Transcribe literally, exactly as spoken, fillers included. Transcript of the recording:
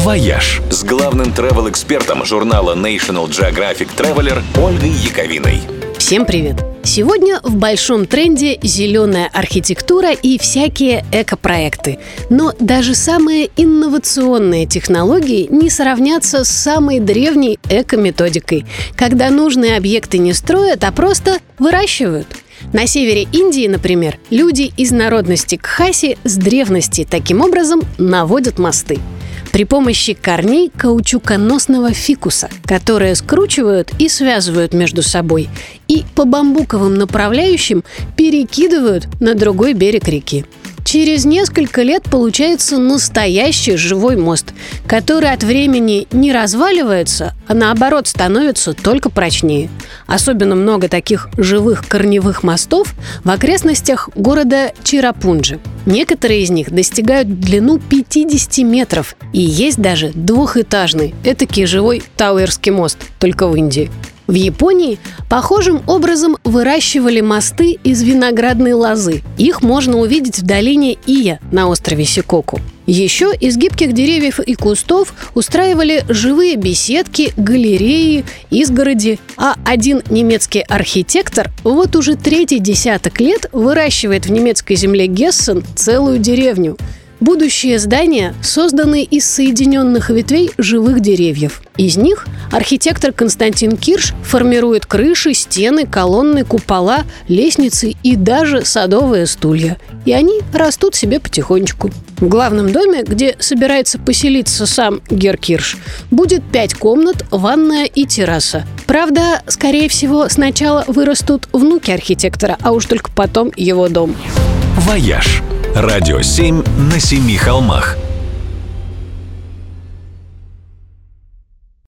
«Вояж» с главным travel-экспертом журнала National Geographic Traveler Ольгой Яковиной. Всем привет! Сегодня в большом тренде зеленая архитектура и всякие экопроекты. Но даже самые инновационные технологии не сравнятся с самой древней эко-методикой, когда нужные объекты не строят, а просто выращивают. На севере Индии, например, люди из народности Кхаси с древности таким образом наводят мосты. При помощи корней каучуконосного фикуса, которые скручивают и связывают между собой, и по бамбуковым направляющим перекидывают на другой берег реки. Через несколько лет получается настоящий живой мост, который от времени не разваливается, а наоборот становится только прочнее. Особенно много таких живых корневых мостов в окрестностях города Чирапунджи. Некоторые из них достигают в длину пятьдесят метров, и есть даже двухэтажный, этакий живой Тауэрский мост, только в Индии. В Японии похожим образом выращивали мосты из виноградной лозы. Их можно увидеть в долине Ия на острове Сикоку. Еще из гибких деревьев и кустов устраивали живые беседки, галереи, изгороди. А один немецкий архитектор вот уже третий десяток лет выращивает в немецкой земле Гессен целую деревню. Будущие здания созданы из соединенных ветвей живых деревьев. Из них архитектор Константин Кирш формирует крыши, стены, колонны, купола, лестницы и даже садовые стулья. И они растут себе потихонечку. В главном доме, где собирается поселиться сам Гер Кирш, будет пять комнат, ванная и терраса. Правда, скорее всего, сначала вырастут внуки архитектора, а уж только потом его дом. «Вояж». Радио семь на семи холмах.